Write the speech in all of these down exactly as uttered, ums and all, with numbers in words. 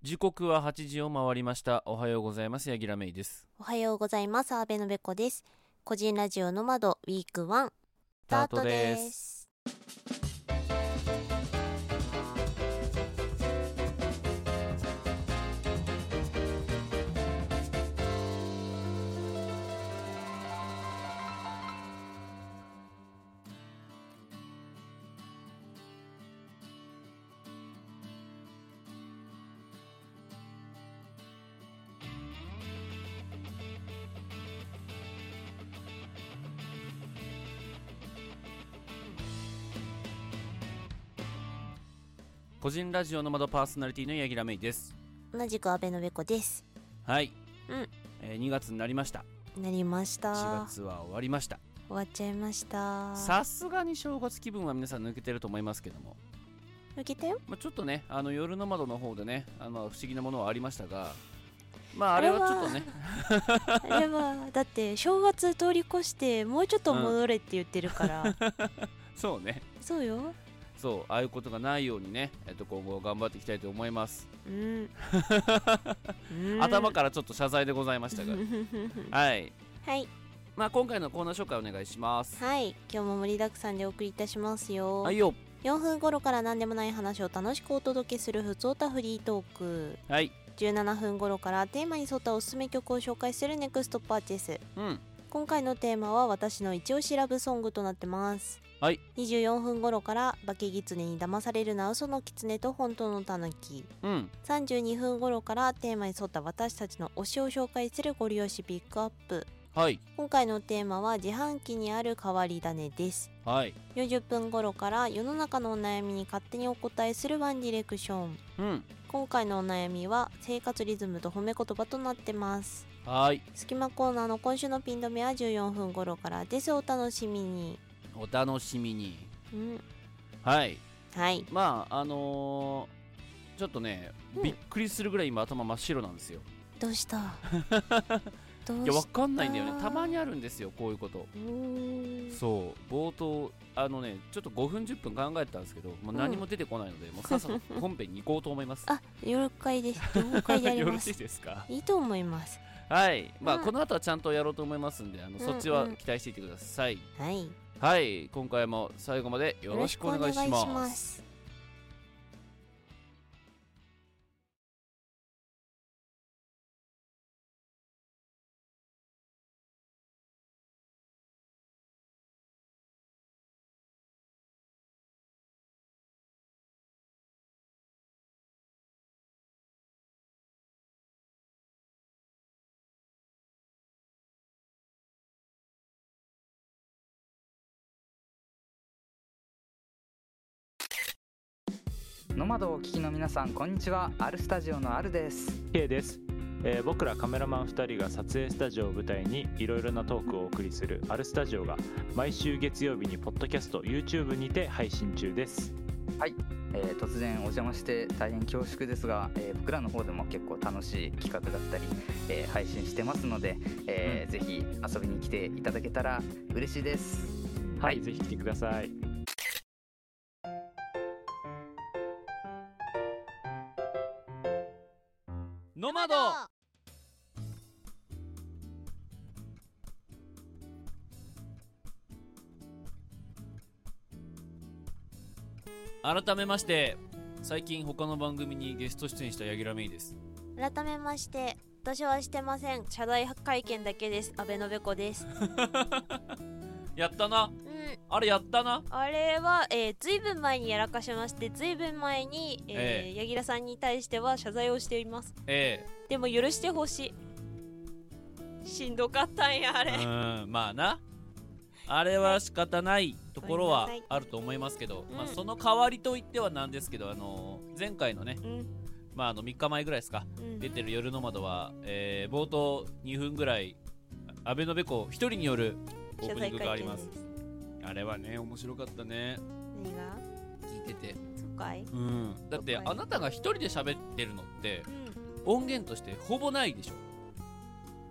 時刻ははちじを回りました。おはようございます。柳楽芽衣です。 おはようございます。阿部のべこです。個人ラジオの窓ウィークワンスタートです。 個人ラジオの窓パーソナリティの柳楽芽衣です。 同じく阿部のべこです。 はい、 うんえー、にがつになりました。 なりました。 しがつは終わりました。 終わっちゃいました。 さすがに正月気分は皆さん抜けてると思いますけども、 抜けたよ、 まあ、ちょっとね、あの夜の窓の方でね、あの不思議なものはありましたが、まああれはちょっとねあれはだって正月通り越してもうちょっと戻れって言ってるから、うん、 そうね、 そうよ。 そう、ああいうことがないようにね、えっと、今後頑張っていきたいと思います、 うんうん、頭からちょっと謝罪でございましたがはいはい、 まあ、今回のコーナー紹介お願いします。 はい、今日も盛りだくさんでお送りいたしますよ。 はいよ。 よんぷん頃から何でもない話を楽しくお届けするふつおたフリートーク。 はい。 じゅうななふん頃からテーマに沿ったおすすめ曲を紹介するネクストパーチェス。 うん。 今回のテーマは私の一押しラブソングとなってます。 はい。 にじゅうよんふん頃から化け狐に騙されるな嘘の狐と本当の狸。 うん。 さんじゅうにふん頃からテーマに沿った私たちの推しを紹介するご利用しピックアップ。 はい。 今回のテーマは自販機にある変わり種です。 はい。 よんじゅっぷん頃から世の中のお悩みに勝手にお答えするワンディレクション。 うん。 今回のお悩みは生活リズムと褒め言葉となってます。 はい。 隙間コーナーの今週のピン止めはじゅうよんふん頃からです。お楽しみに。 お楽しみに。 うん。 はい。 はい。 まああのー、ちょっとね、 うん、 びっくりするぐらい今頭真っ白なんですよ。 どうしたどうした。 いや、わかんないんだよね。たまにあるんですよ、こういうこと。 うーん、 そう冒頭あのねちょっとごふんじゅっぷん考えてたんですけど、もう何も出てこないので、うん、もうさっさと本編に行こうと思いますあ、了解です。了解であります。 よろしいですか。 いいと思います。 はい、まあ、 うん、 この後はちゃんとやろうと思いますんで、あの、うんうん、そっちは期待していてください。 はいはい、今回も最後までよろしくお願いします。よろしくお願いします。 ノマドをお聞きの皆さん、こんにちは。アルスタジオのアルです。 K です、えー、僕らカメラマンふたりが撮影スタジオを舞台にいろいろなトークをお送りするアルスタジオが毎週月曜日にポッドキャスト YouTube にて配信中です。 はい、えー、突然お邪魔して大変恐縮ですが、えー、僕らの方でも結構楽しい企画だったり、えー、配信してますので、えーうん、ぜひ遊びに来ていただけたら嬉しいです。 はい、はい、ぜひ来てください。 ノマド。改めまして最近他の番組にゲスト出演した柳楽芽衣です。 改めまして私はしてません。謝罪会見だけです。阿部のべこですやったな、うん、あれやったな。 あれは、えー、ずいぶん前にやらかしまして、ずいぶん前に、えーえー、柳楽さんに対しては謝罪をしています、 えー、でも許してほしい。しんどかったんやあれ。 うーん、まあな、あれは仕方ないところはあると思いますけど、 うん、 まあ、その代わりといってはなんですけど、あのー、前回のね、うん、まあ、あのみっかまえぐらいですか、うん、出てる夜の窓は、えー、冒頭にふんぐらい阿部のべこ一人によるオープニングがあります。あれはね面白かったね。 何が聞いてて。 そうかい、 うん、だってあなたが一人で喋ってるのって、うん、音源としてほぼないでしょ。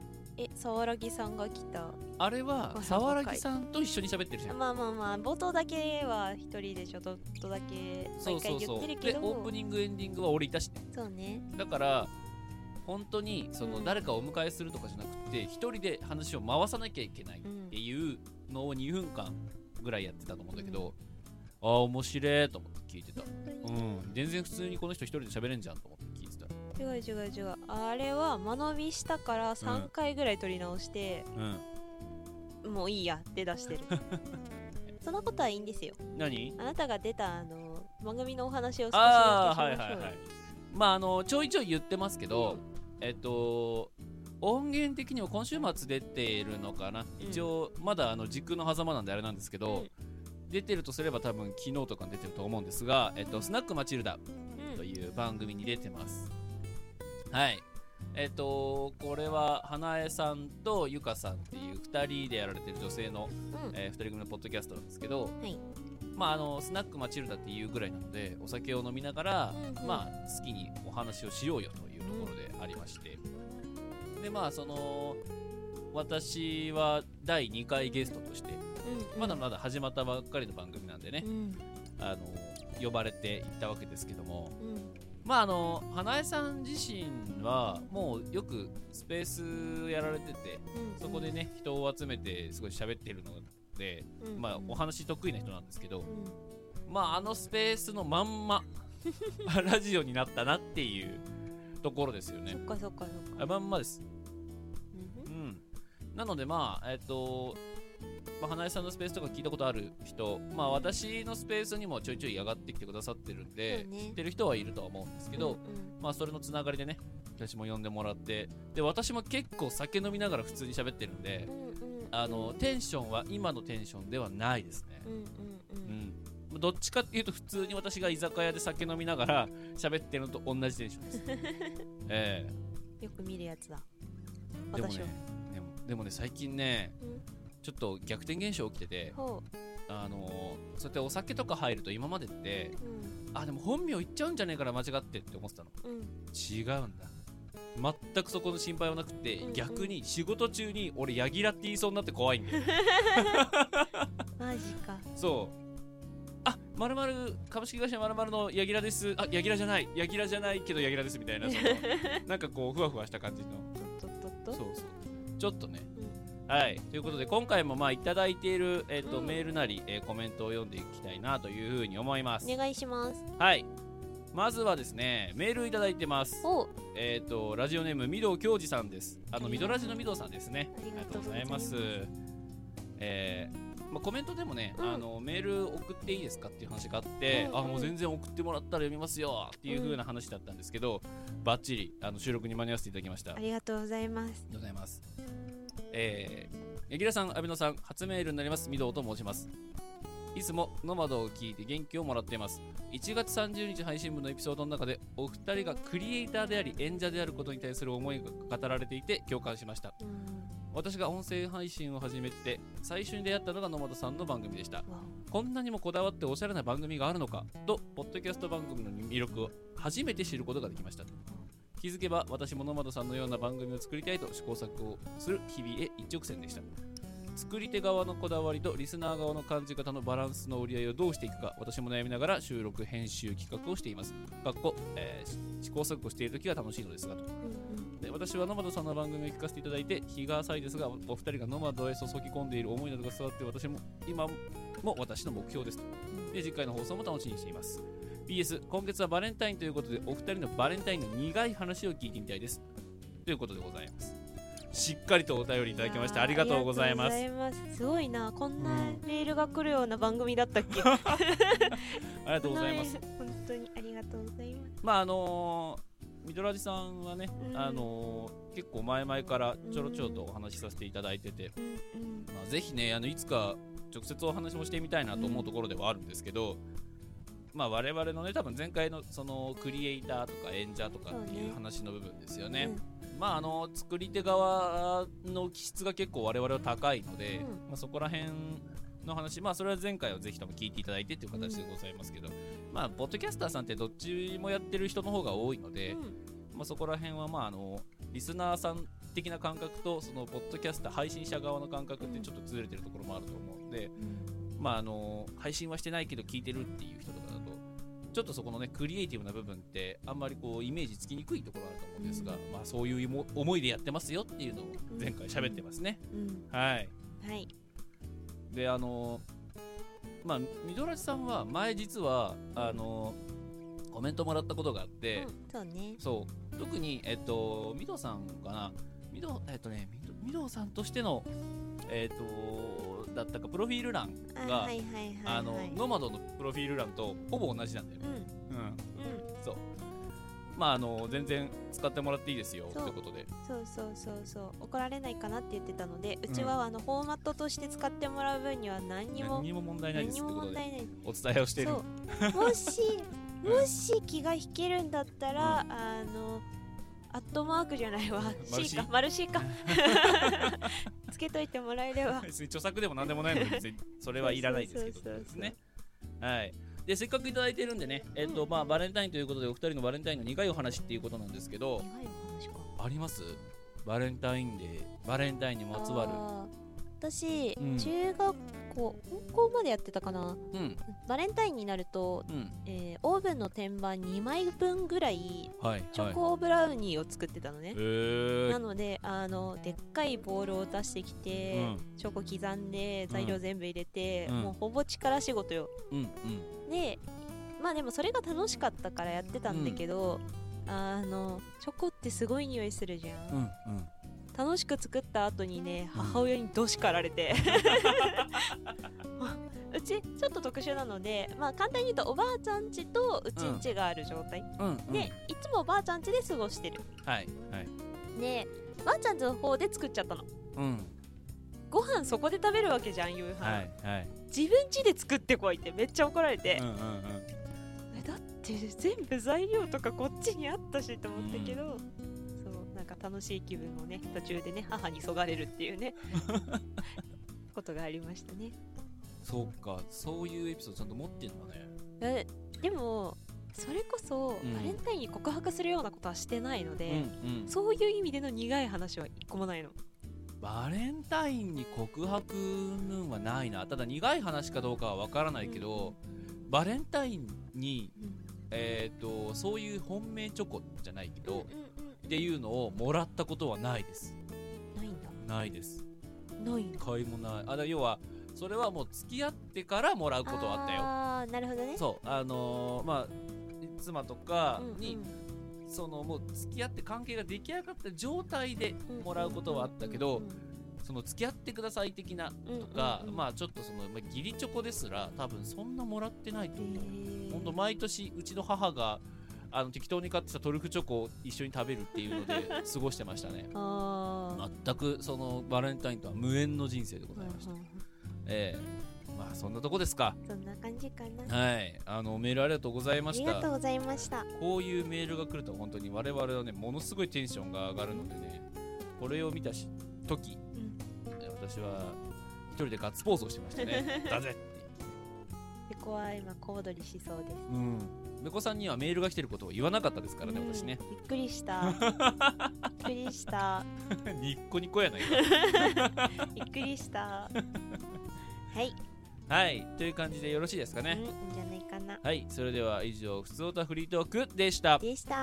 え、沢良さんが来た。 あれは沢良さんと一緒に喋ってるじゃん。 まあまあまあ冒頭だけは一人でちょっとだけ毎回言ってるけど、 でオープニングエンディングは俺いたしね。 そうね。 だから本当にその誰かをお迎えするとかじゃなくて一人で話を回さなきゃいけないっていうのをにふんかんぐらいやってたと思うんだけど、うん、ああ面白いと思って聞いてた。うん、全然普通にこの人一人で喋れんじゃんと思って聞いてた。 違う違う違う、あれは間延びしたからさんかいぐらい撮り直して、うん、もういいやって出してるそんなことはいいんですよ。 何？ あなたが出たあの番組のお話を少しだけしましょう。 はいはいはい。まああのちょいちょい言ってますけど、うん、えっと音源的には今週末出ているのかな、うん、一応まだあの時空の狭間なんであれなんですけど、うん、出てるとすれば多分昨日とかに出てると思うんですが、えっと、スナックマチルダという番組に出てます、うん、はい。えっとこれは花江さんとゆかさんっていうふたりでやられてる女性の、うんえー、ふたり組のポッドキャストなんですけど、はい、まああのスナックマチルダっていうぐらいなのでお酒を飲みながら、うんうん、まあ好きにお話をしようよというところでありまして、うん、でまあその私はだいにかいゲストとして、うんうん、まだまだ始まったばっかりの番組なんでね、うん、あの呼ばれていったわけですけども、うんまああの花江さん自身はもうよくスペースやられてて、うん、そこでね人を集めてすごい喋ってるので、うん、まあお話得意な人なんですけど、うん、まああのスペースのまんまラジオになったなっていうところですよね。 そっかそっかそっか。 まんまです。うん、うん、なのでまあえっとまあ、花江さんのスペースとか聞いたことある人、まあ私のスペースにもちょいちょい上がってきてくださってるんで、ね、知ってる人はいるとは思うんですけど、うんうん、まあそれのつながりでね私も呼んでもらって、で私も結構酒飲みながら普通に喋ってるんで、うんうん、あのテンションは今のテンションではないですね、うんうんうん、どっちかっていうと普通に私が居酒屋で酒飲みながら喋ってるのと同じテンションですえー、よく見るやつだでもね、でも、でもね最近ね、うんちょっと逆転現象起きてて、あのー、そうやってお酒とか入ると今までって、うん、あでも本名言っちゃうんじゃねえから間違ってって思ってたの、うん、違うんだ全くそこの心配はなくて、うんうん、逆に仕事中に俺ヤギラって言いそうになって怖いんだよマジか。 そうあ〇〇株式会社〇〇のヤギラです、あヤギラじゃないヤギラじゃないけどヤギラですみたいなそのなんかこうふわふわした感じのそうそうちょっとね、はい、ということで今回もまあいただいている、えーとうん、メールなり、えー、コメントを読んでいきたいなというふうに思います。 お願いします。 はい、まずはですねメールいただいてます。えっ、ー、とラジオネーム御堂京二さんです。あの御堂ラジの御堂さんですね。ありがとうございます。えーまあ、コメントでもね、うん、あのメール送っていいですかっていう話があって、うんうん、あもう全然送ってもらったら読みますよっていう風な話だったんですけど、うん、バッチリあの収録に間に合わせていただきました。 ありがとうございます。ありがとうございます。えー、柳楽さん、阿部野さん、初メールになります御堂と申します。いつもノマドを聞いて元気をもらっています。いちがつさんじゅうにち配信分のエピソードの中でお二人がクリエイターであり演者であることに対する思いが語られていて共感しました。私が音声配信を始めて最初に出会ったのがノマドさんの番組でした。こんなにもこだわっておしゃれな番組があるのかとポッドキャスト番組の魅力を初めて知ることができました。気づけば私もノマドさんのような番組を作りたいと試行錯誤をする日々へ一直線でした。作り手側のこだわりとリスナー側の感じ方のバランスの折り合いをどうしていくか私も悩みながら収録編集企画をしています。かっこ、えー、試行錯誤している時は楽しいのですがと、で私はノマドさんの番組を聞かせていただいて日が浅いですがお二人がノマドへ注ぎ込んでいる思いなどが伝わって私も今も私の目標ですと。で次回の放送も楽しみにしています。 ピーエス 今月はバレンタインということでお二人のバレンタインの苦い話を聞いてみたいですということでございます。しっかりとお便りいただきましてありがとうございます。 すごいな、こんなメールが来るような番組だったっけ、うん、ありがとうございます。 本当にありがとうございます。 まああのー、ミドラジさんはね、うん、あのー、結構前々からちょろちょろとお話しさせていただいてて、うんうんまあ、ぜひねあのいつか直接お話もしてみたいなと思うところではあるんですけど、うんまあ、我々のね多分前回のそのクリエイターとか演者とかっていう話の部分ですよね。まああの作り手側の気質が結構我々は高いので、うんまあ、そこら辺の話まあそれは前回はぜひとも聞いていただいてっていう形でございますけど、うん、まあポッドキャスターさんってどっちもやってる人の方が多いので、うんまあ、そこら辺はまああのリスナーさん的な感覚とそのポッドキャスター配信者側の感覚ってちょっとずれてるところもあると思うので、うん、まああの配信はしてないけど聞いてるっていう人とかだとちょっとそこのねクリエイティブな部分ってあんまりこうイメージつきにくいところあると思うんですが、うん、まあそういう思いでやってますよっていうのを前回喋ってますね、うんうん、はい、 はい、 であのまあみどらじさんは前実はあのコメントもらったことがあって、 うん、そうね、 そう特にえっとみどさんかなみどえっとねみどさんとしてのえっとだったかプロフィール欄があのノマドのプロフィール欄とほぼ同じなんだよ、うん、うん、うん、そうまああの全然使ってもらっていいですよということで、 そうそうそうそう怒られないかなって言ってたので、うちはあのフォーマットとして使ってもらう分には何にも何にも問題ないですってことでお伝えをしている。 もしもし気が引けるんだったら、うん、あのアットマークじゃないわ C かマル C かつけといてもらえれば別に著作でもなんでもないので別にそれはいらないですけどですね。はい。でせっかくいただいてるんでね、えっと、うん、まあバレンタインということでお二人のバレンタインの苦いお話っていうことなんですけど、苦いお話かあります？バレンタインデー、バレンタインにまつわる。 私、うん、中学校高校までやってたかな、うん、バレンタインになると、うん、えー、オーブンの天板にまいぶんぐらい、はい、チョコブラウニーを作ってたのね、はい、なのであのでっかいボールを出してきて、うん、チョコ刻んで材料全部入れて、うん、もうほぼ力仕事よ、うんうん、でまあでもそれが楽しかったからやってたんだけど、うん、あのチョコってすごい匂いするじゃん、うんうん、楽しく作った後にね母親にど叱られてうちちょっと特殊なので、まあ、簡単に言うとおばあちゃん家とうちん家がある状態、うんうんうん、でいつもおばあちゃん家で過ごしてる、はいはい、でばあちゃん家の方で作っちゃったの、うん、ご飯そこで食べるわけじゃん夕飯、はいはい、自分家で作ってこいってめっちゃ怒られて、うんうんうん、えだって全部材料とかこっちにあったしと思ったけど、うん、そうなんか楽しい気分をね途中でね母にそがれるっていうねことがありましたね。 そうか、そういうエピソードちゃんと持ってんのね。 えでもそれこそ、うん、バレンタインに告白するようなことはしてないので、うんうん、そういう意味での苦い話は一個もないの。 バレンタインに告白ぬんはないな。ただ苦い話かどうかはわからないけど、うん、バレンタインに、うん、えーとそういう本命チョコじゃないけど、うんうんうん、っていうのをもらったことはないです。 ないんだ。 ないです。 ないんだ。 買いもない。あだ要はそれはもう付き合ってからもらうことはあったよ。 あーなるほどね。 そうあのー、まあ妻とかに、うんうん、そのもう付き合って関係が出来上がった状態でもらうことはあったけど、うんうんうんうん、その付き合ってください的なとか、うんうんうん、まあちょっとその、まあ、義理チョコですら多分そんなもらってないと思う。ほんと毎年うちの母があの適当に買ってたトリュフチョコを一緒に食べるっていうので過ごしてましたね。あ全くそのバレンタインとは無縁の人生でございました。うんうん、えー、まあそんなとこですか。 そんな感じかな。 はい、あのメールありがとうございました。 ありがとうございました。 こういうメールが来ると本当に我々はねものすごいテンションが上がるのでね、これを見たし時、うん、私は一人でガッツポーズをしてましたね。だぜって。 ペコは今小躍りしそうです。 うん。ペコさんにはメールが来てることを言わなかったですからね、うん、私ね。 びっくりした。びっくりした。 ニッコニコやないか。びっくりした。はい。 はい、という感じでよろしいですかね。 うん、いいんじゃないかな。 はい、それでは以上、ふつおたフリートークでした。 でした。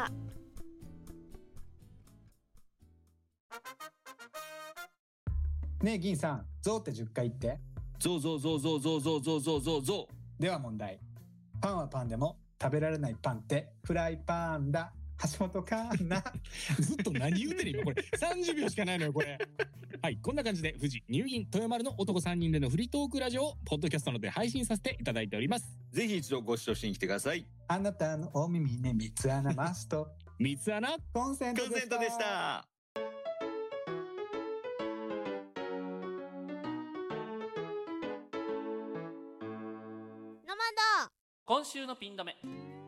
ねえ銀さん、ゾウってじゅっかい言って。 ゾウゾウゾウゾウゾウゾウゾウゾウゾウゾウ。では問題。パンはパンでも食べられないパンってフライパンだ。橋本かな。 ずっと何言うてる今これさんじゅうびょうしかないのよこれ。はい、こんな感じで富士乳銀豊丸の男さんにんでのフリートークラジオをポッドキャストので配信させていただいております。 ぜひ一度ご視聴しに来てください。 あなたのお耳に三つ穴マスト。 三つ穴コンセントでした。 コンセントでした。 今週のピン止め。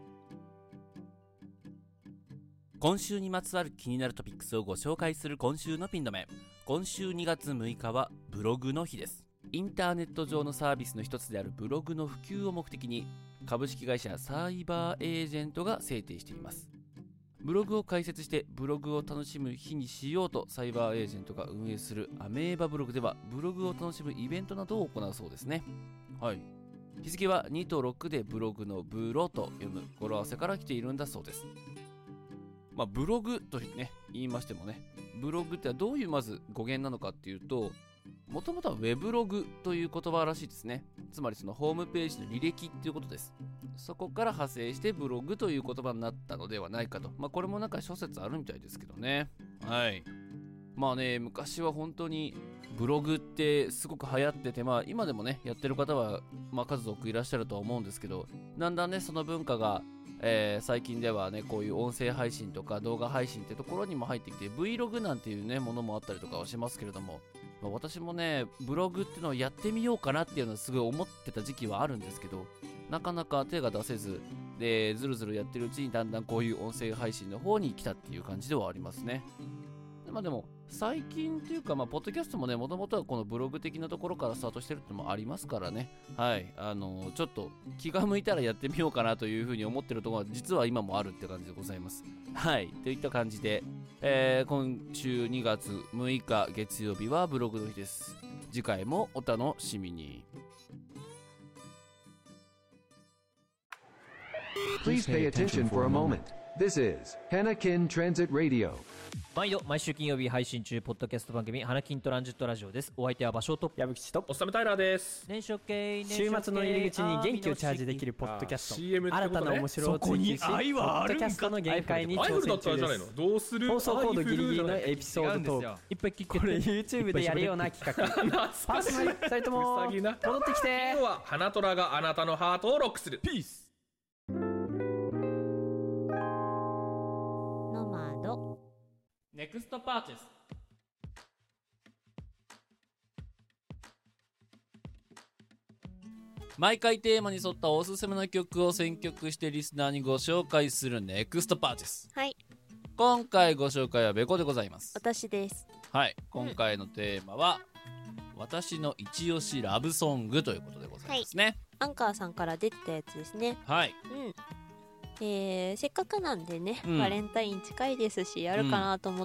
今週にまつわる気になるトピックスをご紹介する今週のピン止め。今週にがつむいかはブログの日です。インターネット上のサービスの一つであるブログの普及を目的に株式会社サイバーエージェントが制定しています。 ブログを開設してブログを楽しむ日にしようとサイバーエージェントが運営するアメーバブログではブログを楽しむイベントなどを行うそうですね。はい。日付はにとろくでブログのブロと読む語呂合わせから来ているんだそうです。まあブログとね言いましてもね、ブログってどういうまず語源なのかっていうと、もともとはウェブログという言葉らしいですね。つまりそのホームページの履歴っていうことです。そこから派生してブログという言葉になったのではないかと。まあこれもなんか諸説あるみたいですけどね。はい。まあね、昔は本当にブログってすごく流行ってて、まあ今でもねやってる方はまあ数多くいらっしゃるとは思うんですけど、だんだんねその文化が、えー、最近ではねこういう音声配信とか動画配信ってところにも入ってきて Vlog なんていうねものもあったりとかはしますけれども、まあ、私もねブログっていうのをやってみようかなっていうのはすごい思ってた時期はあるんですけど、なかなか手が出せずでずるずるやってるうちにだんだんこういう音声配信の方に来たっていう感じではありますね。まあでも最近というかまあポッドキャストもねもともとはこのブログ的なところからスタートしてるってのもありますからね。はい、あのー、ちょっと気が向いたらやってみようかなというふうに思ってるところは実は今もあるって感じでございます。はいといった感じで、えー、今週にがつむいか月曜日はブログの日です。次回もお楽しみに。 Please pay attention for a moment. This is Hanakin Transit Radio. 毎度毎週金曜日配信中ポッドキャスト番組花金トランジットラジオです。お相手は場所と矢吹吉とおっさむタイラーです。 年初系週末の入り口に元気をチャージできるポッドキャスト、新たな面白を追求しポッドキャストの限界に挑戦中です。 どうする放送コードギリギリのエピソードトーク、 いっぱい聞けてこれ YouTube でやるような企画パーソナリティふたりとも戻ってきて。 今日は花虎があなたのハートをロックする。ピース。 ノマドネクストパーチェス。毎回テーマに沿ったおすすめの曲を選曲してリスナーにご紹介するネクストパーチェス。 はい、 今回ご紹介はベコでございます。 私です。 はい、今回のテーマは、うん、私の一押しラブソングということでございますね。はい、 アンカーさんから出てたやつですね。 はい、 うんえー、せっかくなんでね、 うん、 バレンタイン近いですしやるかなと思って、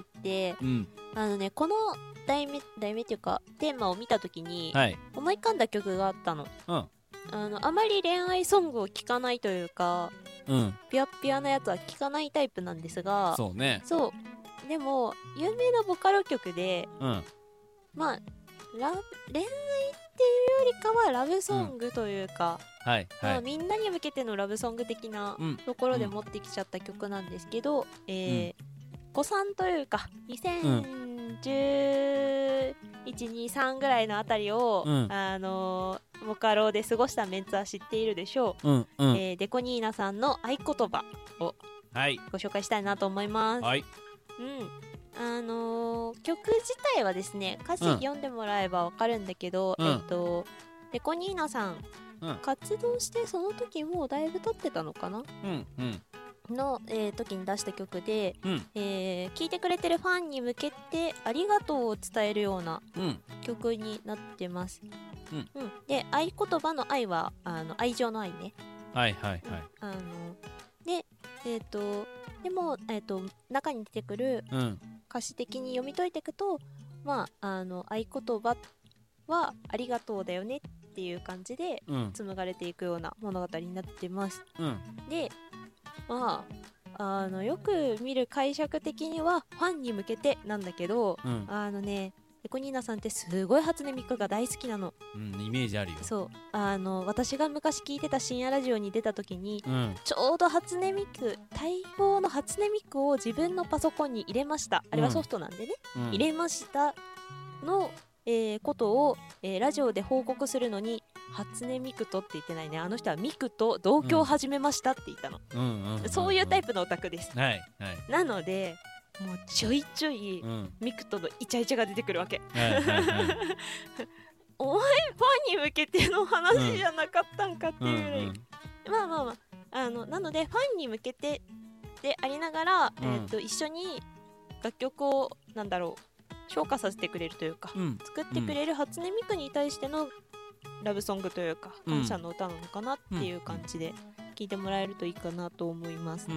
うん、 あのねこの題名題名っていうかテーマを見たときに、 はい、 思い浮かんだ曲があったの。うん、あのあまり恋愛ソングを聴かないというか、 うん、 ピュアピュアなやつは聴かないタイプなんですが、 そうね。 そうでも有名なボカロ曲で、 うん、 まあラ恋愛っていうよりかはラブソングというか、 うんはいはい、 まあ、みんなに向けてのラブソング的なところで持ってきちゃった曲なんですけど、うんえーうん、ごさんというかにせんじゅういち、に、さんぐらいのあたりを、うん、あのー、ボカロで過ごしたメンツは知っているでしょう、うんうんえー、デコニーナさんの合言葉をご紹介したいなと思います。 はいうんあのー、曲自体はですね歌詞読んでもらえばわかるんだけど、うん、えっとデコニーナさん、うん、活動してその時もうだいぶ経ってたのかな、 うんうん、 の、えー、時に出した曲で、 うんえー、聴いてくれてるファンに向けてありがとうを伝えるような曲になってます、 うんうん、で合言葉の愛はあの愛情の愛ね。 はいはいはい、 あのでえっ、ー、とでも、えー、と中に出てくる歌詞的に読み解いていくと、まあ、あの合言葉はありがとうだよねっていう感じで紡がれていくような物語になってます、 うん、 でまああのよく見る解釈的にはファンに向けてなんだけど、 うん、 あのねデコニーナさんってすごい初音ミクが大好きなの、 うん、イメージあるよ。 そうあの私が昔聞いてた深夜ラジオに出た時に、 うん、 ちょうど初音ミク待望の初音ミクを自分のパソコンに入れました。あれはソフトなんでね、うん、入れましたの、えー、ことを、えー、ラジオで報告するのに初音ミクとって言ってないね。あの人はミクと同居を始めましたって言ったの、 うんうんうんうんうん、 そういうタイプのオタクです、 はいはい、 なのでもうちょいちょい、うん、ミクとのイチャイチャが出てくるわけ、 はいはいはい、 お前ファンに向けての話じゃなかったんかっていうぐらい、うんうんうん、まあまあまああのなのでファンに向けてでありながら、うんえー、と一緒に楽曲をなんだろう昇華させてくれるというか、うん、作ってくれる初音ミクに対してのラブソングというか、うん、感謝の歌なのかなっていう感じで聴いてもらえるといいかなと思います、 うん、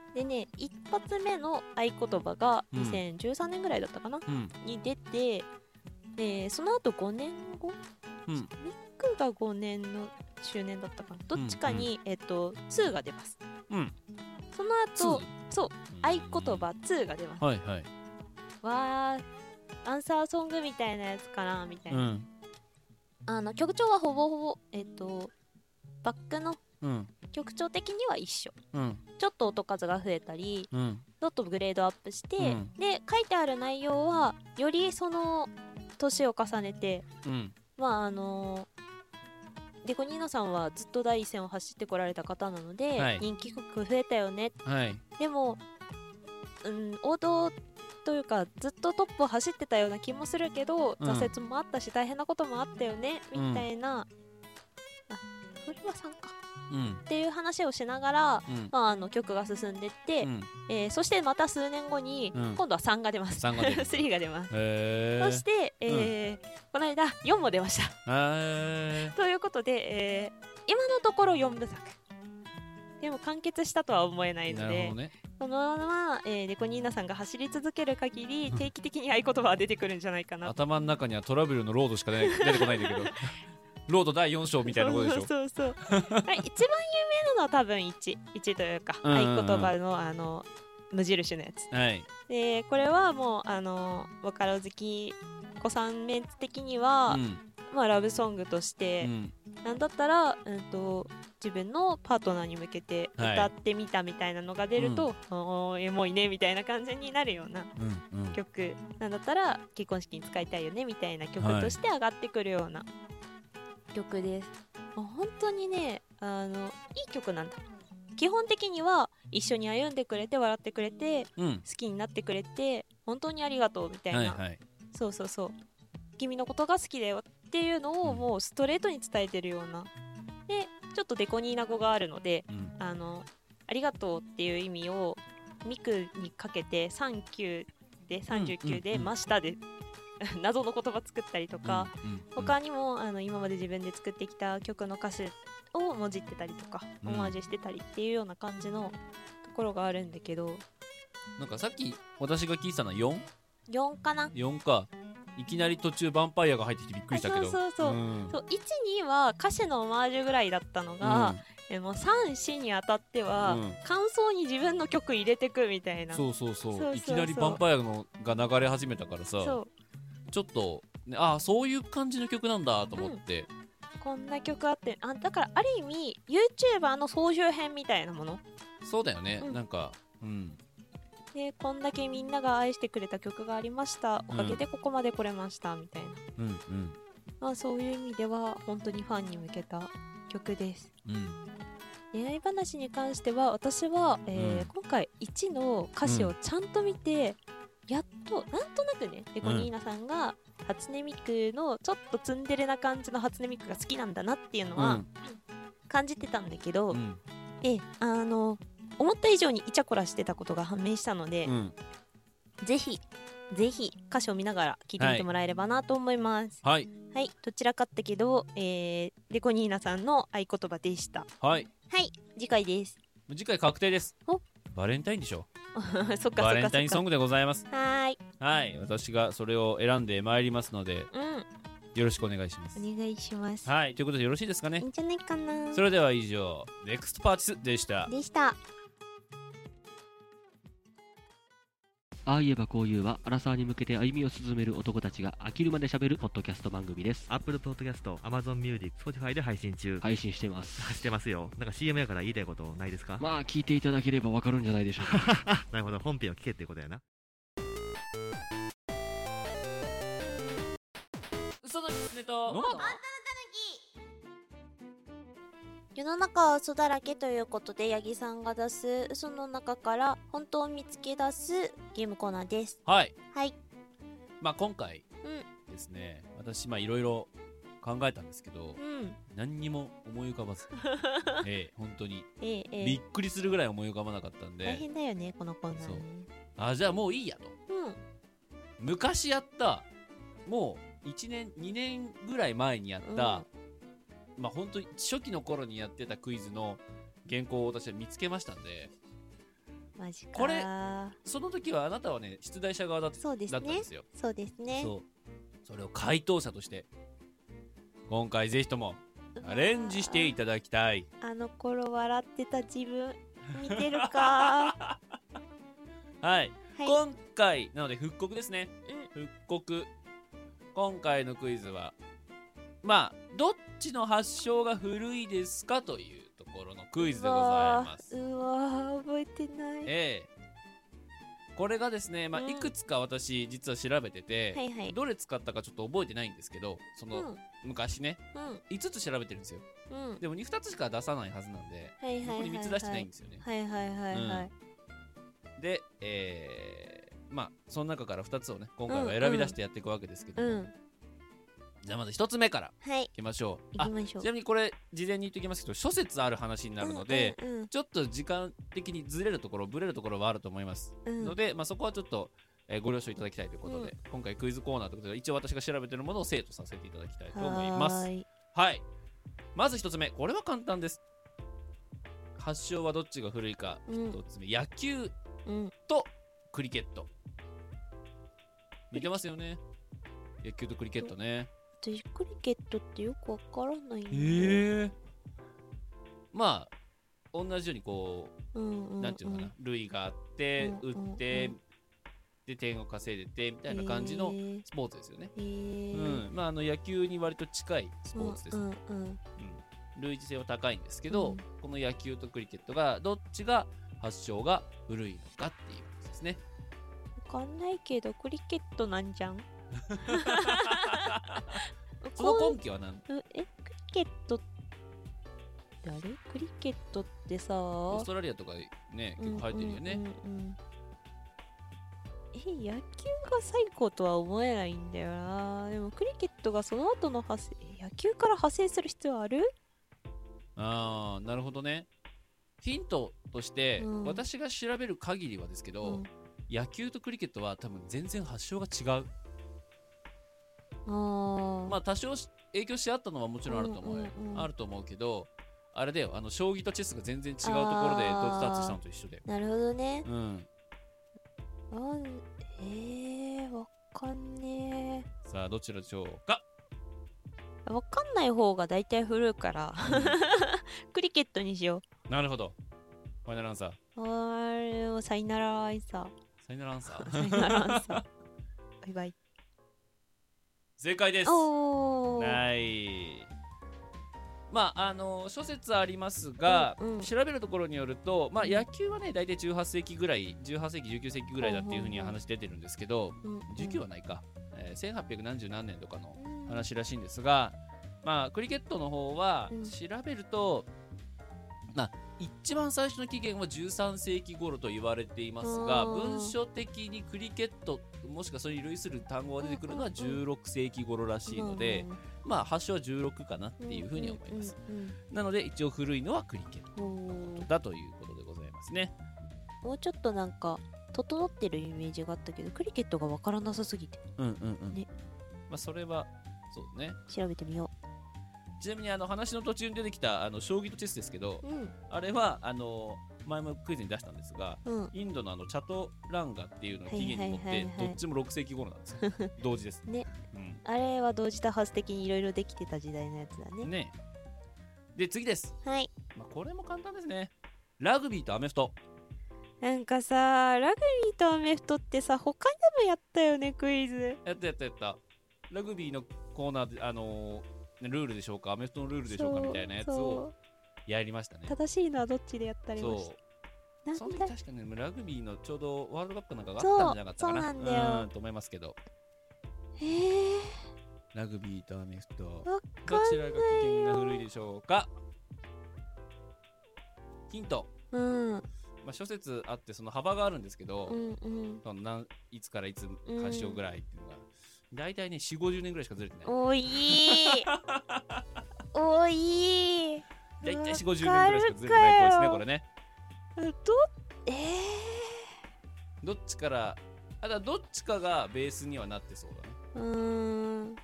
でね一発目の合言葉がにせんじゅうさんねんぐらいだったかな、うん、に出て、でその後ごねんご、うん、ミックがごねんの周年だったかな、どっちかに、うんうん、えっとにが出ます、うん、その後そう合言葉にが出ます、はいはい、わーアンサーソングみたいなやつかなみたいな、うん、あの曲調はほぼほぼえっとバックの曲調的には一緒、うん、ちょっと音数が増えたり、うん、ちょっとグレードアップして、うん、で書いてある内容はよりその年を重ねて、うん、まああのデコニーナさんはずっと第一線を走ってこられた方なので、はい、人気曲増えたよね、はい、でも、うん、王道というかずっとトップを走ってたような気もするけど、うん、挫折もあったし大変なこともあったよね、うん、みたいな、あ、それはさんか、うん、っていう話をしながら、うん、まあ、あの曲が進んでって、うん、えー、そしてまた数年後に、うん、今度はさんが出ます、さんが出るスリーが出ます、へー、そして、えーうん、この間よんも出ましたへーということで、えー、今のところよんぶさくでも完結したとは思えないので、ね、このまま、えー、デコニーナさんが走り続ける限り定期的に合言葉は出てくるんじゃないかな頭の中にはトラブルのロードしか出てこないんだけどロードだいよん章みたいなことでしょ。 そうそうそう、はい、一番有名なのは多分いち、いちというか、うんうんうん、合言葉のあの無印のやつ、はい、でこれはもうあのボカロ好き子さんメンツ的には、うん、まあ、ラブソングとして、うん、なんだったら、うんと、自分のパートナーに向けて歌ってみたみたいなのが出ると、はい、おーエモいねみたいな感じになるような曲、うんうん、なんだったら結婚式に使いたいよねみたいな曲として上がってくるような曲です、はい、本当にね、あのいい曲なんだ。基本的には一緒に歩んでくれて笑ってくれて、うん、好きになってくれて本当にありがとうみたいな、はいはい、そうそうそう、君のことが好きだよっていうのをもうストレートに伝えてるような、でちょっとデコニーナ語があるので、うん、あのありがとうっていう意味をミクにかけてさんじゅうきゅうでさんじゅうきゅうで真下で謎の言葉作ったりとか、うんうんうん、他にもあの今まで自分で作ってきた曲の歌詞をもじってたりとか、うん、オマージュしてたりっていうような感じのところがあるんだけど、 なんかさっき私が聞いてたのは よん? よん かな、 よんか。いきなり途中ヴァンパイアが入ってきてびっくりしたけど、 そうそうそう、うん、そういち、には歌詞のオマージュぐらいだったのが、うん、えもうさん、よんにあたっては、うん、感想に自分の曲入れてくみたいな、 そうそうそう、そうそうそう、いきなりヴァンパイアのが流れ始めたからさ、ちょっと、ね、ああそういう感じの曲なんだと思って、 うん、こんな曲あって、あだからある意味 YouTuber の総集編みたいなもの、 そうだよね、うん、なんかうんでこんだけみんなが愛してくれた曲がありました、おかげでここまで来れましたみたいな、うんうん、まあ、そういう意味では本当にファンに向けた曲です、うん、恋愛話に関しては私は、えーうん、今回いちの歌詞をちゃんと見て、うん、やっとなんとなくねデコニーナさんが初音ミクのちょっとツンデレな感じの初音ミクが好きなんだなっていうのは、うん、感じてたんだけど、うん、えあの思った以上にイチャコラしてたことが判明したので、うん、ぜひぜひ歌詞を見ながら聴いてみてもらえればなと思います。はい、はい、どちらかったけど、えー、デコニーナさんの合言葉でした。はい、はい、次回です。 次回確定です。おバレンタインでしょそっかそっか、 バレンタインソングでございます。 はいはい、私がそれを選んでまいりますので、うん、よろしくお願いします。 お願いします。 はい、ということでよろしいですかね。 いいんじゃないかな。 それでは以上ネクストパーティスでしたでしたああ言えばこう言うはアラサーに向けて歩みを進める男たちが飽きるまで喋るポッドキャスト番組です。 Apple Podcast、Amazon Music、Spotify で配信中。 配信してますしてますよ。なんか シーエム やから言いたいことないですか？ まあ聞いていただければわかるんじゃないでしょうかなるほど、本編を聞けってことやな。 嘘のキツネとノマド。 世の中は嘘だらけということで、八木さんが出す嘘の中から本当を見つけ出すゲームコーナーです。 はいはい。 まあ今回ですね、うん、私まあいろいろ考えたんですけど、うん、何にも思い浮かばずええ本当に、ええ、びっくりするぐらい思い浮かばなかったんで、 大変だよねこのコーナー。そう、 あじゃあもういいやと、うん、昔やったもういちねんにねんぐらい前にやった、うん、まあ本当に初期の頃にやってたクイズの原稿を私は見つけましたんで、 マジか。 これその時はあなたはね出題者側だったそうですねだったんですよ。 そうですね。 そうそれを回答者として今回ぜひともアレンジしていただきたい。 あの頃笑ってた自分見てるかはい、はい、今回なので復刻ですね、うん、復刻。今回のクイズはまあどっちの発祥が古いですかというところのクイズでございます。 うわー覚えてない。 ええこれがですね、まあ、いくつか私実は調べてて、 はいはい、 どれ使ったかちょっと覚えてないんですけど、その、うん、昔ね、うん、いつつ調べてるんですよ、うん、でもふたつしか出さないはずなんで、はいはいはいはい、ここにみっつ出してないんですよね。 はいはいはいはい、 うん、で、えー、まあその中からふたつをね今回は選び出してやっていくわけですけども、うんうん、じゃあまずひとつめからいきましょう。はい、あ、ちなみにこれ事前に言っておきますけど諸説ある話になるので、うんうんうん、ちょっと時間的にずれるところブレるところはあると思います、うん、ので、まあ、そこはちょっと、えー、ご了承いただきたいということで、うん、今回クイズコーナーということで一応私が調べているものを精査させていただきたいと思います。はい、はい、まずひとつめ、これは簡単です。発祥はどっちが古いか、ひとつめ、うん、野球とクリケット、似てますよね。野球とクリケットね。 私クリケットってよくわからないんだ。 えー、まあ同じようにこう、うんうんうん、なんていうのかな、塁があって、うんうんうん、打ってで点を稼いでてみたいな感じのスポーツですよね。えーうん、まああの野球に割と近いスポーツです、うんうんうん、類似性は高いんですけど、うん、この野球とクリケットがどっちが発祥が古いのかっていうことですね。 わかんないけどクリケットなんじゃん。 その根拠は何？ え、クリケットってあれ？クリケットってさ、 オーストラリアとかね結構生えてるよね。うんうんうんうん、 え、野球が最高とは思えないんだよな。でもクリケットがその後の派生、野球から派生する必要ある？ あー、なるほどね。ヒントとして、うん、私が調べる限りはですけど、うん、野球とクリケットは多分全然発祥が違う。あまあ多少影響し合ったのはもちろんあると思う、うんうんうん、あると思うけど、あれだよ、あの将棋とチェスが全然違うところで到達したのと一緒で。 なるほどね。 うん。 あえー、わかんねえ。さあどちらでしょうか。 わかんない方が大体古いからクリケットにしよう。なるほど。ファイナルアンサー。 あー、さいならアンサー。 さいならアンサー。 さいならアンサー。バイバイ。 正解です。 おー。 はい。まああの諸説ありますが、うんうん、調べるところによると、まあ野球はね大体じゅうはっせいきぐらい、じゅうはっせいきじゅうきゅうせいきぐらいだっていうふうに話出てるんですけど、うんうん、じゅうきゅうはないか、えー、せんはっぴゃくなんじゅうなんねんとかの話らしいんですが、まあクリケットの方は調べると、うん、まあ一番最初の起源はじゅうさんせいき頃と言われていますが、文書的にクリケットもしくはそれに類する単語が出てくるのはじゅうろくせいき頃らしいので、まあ発祥はじゅうろくかなっていうふうに思います。なので一応古いのはクリケットのことだということでございますね。 もうちょっとなんか整ってるイメージがあったけど、クリケットがわからなさすぎて。 うんうんうん。ね、まあそれはそうね。 調べてみよう。 ちなみにあの話の途中に出てきたあの将棋とチェスですけど、うん、あれはあの前もクイズに出したんですが、うん、インドのあのチャトランガっていうのを起源に持って、はいはいはいはい、どっちもろくせいき頃なんですよ。同時です。 ね、うん、あれは同時多発的にいろいろできてた時代のやつだね。ね。 で次です。 はい。 まあこれも簡単ですね。ラグビーとアメフト。 なんかさ、ラグビーとアメフトってさ、他でもやったよねクイズ。 やったやったやった。ラグビーのコーナーであのールールでしょうか、アメフトのルールでしょうかみたいなやつをやりましたね。 正しいのはどっちでやったりました。 そう。その時確かにラグビーのちょうどワールドカップなんかがあったんじゃなかったかな。 そうなんだよ。 うんと思いますけど。 へー。 ラグビーとアメフト。どちらが起源が古いでしょうか。ヒント。 うん。 まあ諸説あってその幅があるんですけど、 うんうん、 そのなんいつからいつ発祥ぐらいっていうのが。大体ね、よんじゅうごじゅうねんぐらいしかずれてない。 おいーおいー大体よんじゅうごじゅうねんぐらいしかずれてないっぽいですね、これね。 ど、えー、 どっちから、あだどっちかがベースにはなってそうだね。 うーん。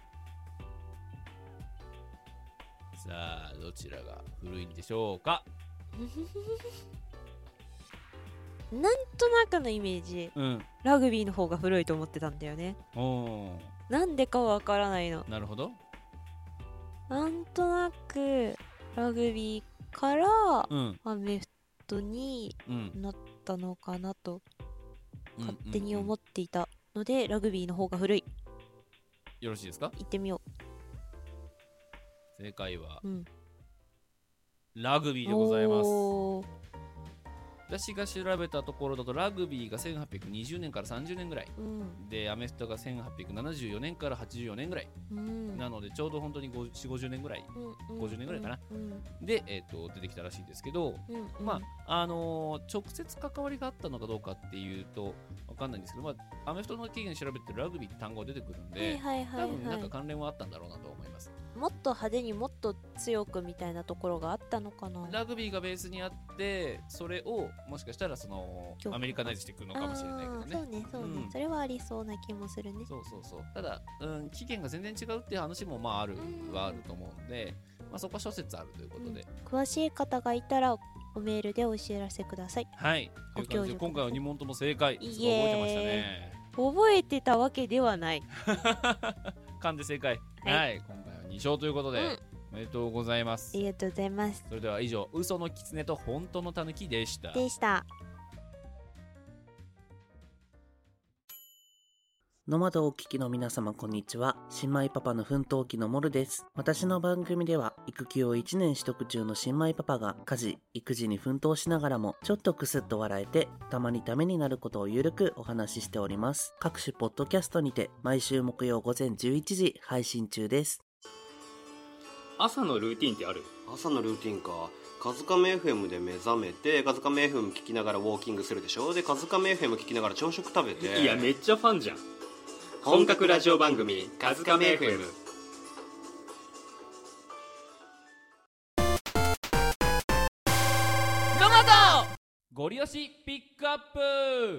さあ、どちらが古いんでしょうか。 なんとなくのイメージ、 うん、 ラグビーの方が古いと思ってたんだよね。 おなんでかわからないの。 なるほど。 なんとなくラグビーからアメフトになったのかなと勝手に思っていたので、ラグビーの方が古い。 よろしいですか？ 行ってみよう。正解は、 うん、 ラグビーでございます。私が調べたところだとラグビーがせんはっぴゃくにじゅうねんからさんじゅうねんぐらい、うん、でアメフトがせんはっぴゃくななじゅうよねんからはちじゅうよねんぐらい、うん、なのでちょうど本当によんじゅう、ごじゅうねんぐらい、うん、ごじゅうねんぐらいかな、うん、で、えー、と出てきたらしいですけど、うんうん、まああのー、直接関わりがあったのかどうかっていうと分かんないんですけど、まあ、アメフトの起源調べてラグビーって単語が出てくるんで、はいはいはいはい、多分なんか関連はあったんだろうなと思います。 もっと派手にもっと強くみたいなところがあったのかな。 ラグビーがベースにあってそれをもしかしたらそのアメリカナイズしていくのかもしれないけどね。 そうねそうね、うん、それはありそうな気もするね。 そうそうそう。ただ、うん、起源が全然違うっていう話もまああるはあると思うんで、まあ、そこは諸説あるということで、 うん、詳しい方がいたらおメールでお知らせください。 はい。という感じで今回はに問とも正解。覚えてましたね。 覚えてたわけではない。 勘で正解。はい、はい、今回はに勝ということで、うん、おめでとうございます。 ありがとうございます。 それでは以上、嘘の狐と本当の狸でした。 でした。 ノマドをお聞きの皆様こんにちは。新米パパの奮闘記のモルです。私の番組では育休をいちねん取得中の新米パパが家事、育児に奮闘しながらもちょっとクスッと笑えてたまにためになることをゆるくお話ししております。各種ポッドキャストにて毎週木曜午前じゅういちじ配信中です。 朝のルーティンってある？ 朝のルーティンか。カズカメ エフエム で目覚めてカズカメ エフエム 聞きながらウォーキングするでしょ。でカズカメ エフエム 聞きながら朝食食べて。 いやめっちゃファンじゃん。 本格ラジオ番組カズカメ エフエム。 ノマドゴリ押しピックアップ。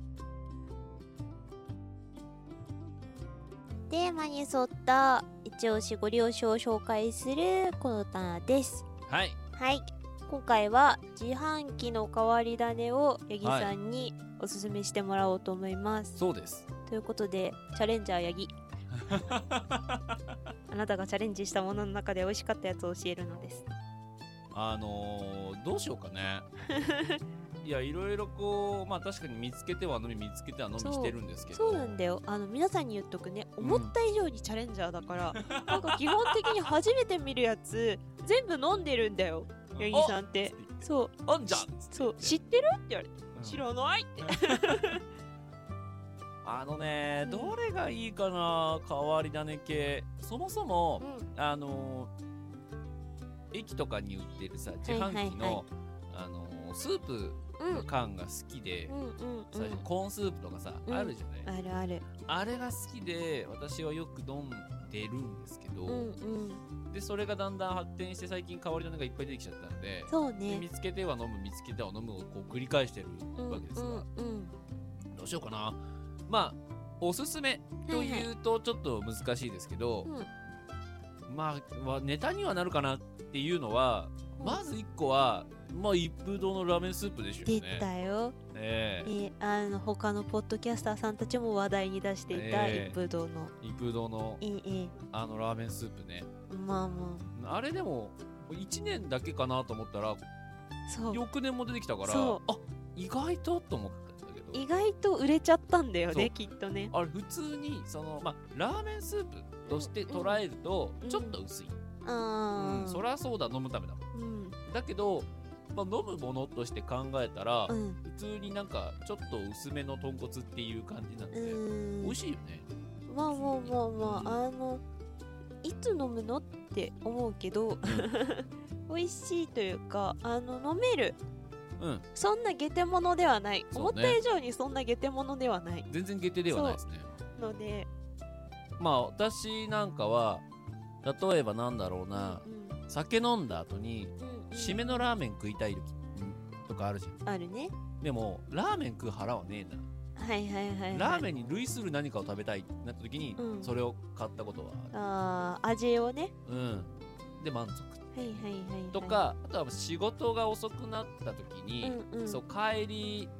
テーマに沿った一押しゴリ押しを紹介するこのターンです。 はいはい。今回は自販機の変わり種を八木さんにおすすめしてもらおうと思います。 はい、そうです。 ということでチャレンジャー八木あなたがチャレンジしたものの中で美味しかったやつを教えるのです。 あのー、どうしようかねいやいろいろこうまあ確かに見つけては飲み見つけては飲みしてるんですけど、 そうなんだよ。あの皆さんに言っとくね、思った以上にチャレンジャーだから、うん、なんか基本的に初めて見るやつ全部飲んでるんだよ八木さんって。そうあんじゃんそう知ってるって言われて、うん、知らないってあのね、うん、どれがいいかな。変わり種系そもそも、うん、あの駅とかに売ってるさ自販機の、はいはいはい、あのスープの缶が好きで、うん、最初コーンスープとかさ、うん、あるじゃない。 あるある。 あれが好きで私はよく飲んでるんですけど、うんうん、でそれがだんだん発展して最近変わり種がいっぱい出てきちゃったんで、 そうね、 見つけては飲む見つけては飲むをこう繰り返してるわけですが、うんうんうん、どうしようかな。まあおすすめというとちょっと難しいですけど、はいはい、まあネタにはなるかなっていうのは、うん、まずいっこはまあ一風堂のラーメンスープでしょうね。 出たよ、 ねええー、あの他のポッドキャスターさんたちも話題に出していた一風堂の、 えー、一風堂の、 えー、 あのラーメンスープね。 まあまああれでもいちねんだけかなと思ったらそう翌年も出てきたからあ意外とと思って。 意外と売れちゃったんだよねきっとね。 あれ普通にその、まあ、ラーメンスープとして捉えるとちょっと薄い、うんうんうん、そりゃそうだ飲むためだもん、うん、だけど、まあ、飲むものとして考えたら、うん、普通になんかちょっと薄めの豚骨っていう感じなんで、うん、美味しいよね。 まあまあまあまああのいつ飲むのって思うけど、うん、美味しいというかあの飲める。うん、そんなゲテモノではない、ね、思った以上にそんなゲテモノではない。 全然ゲテではないですね。 のでまあ私なんかは例えばなんだろうな、うんうん、酒飲んだ後に、うんうん、締めのラーメン食いたい時とかあるじゃん。 あるね。 でもラーメン食う腹はねえな。はいはいはい、はい、 ラーメンに類する何かを食べたいってなった時に、うん、それを買ったことはある。 ああ味をね。 うんで満足はいはいはいはい、 とかあとは仕事が遅くなった時に、うんうん、そう帰り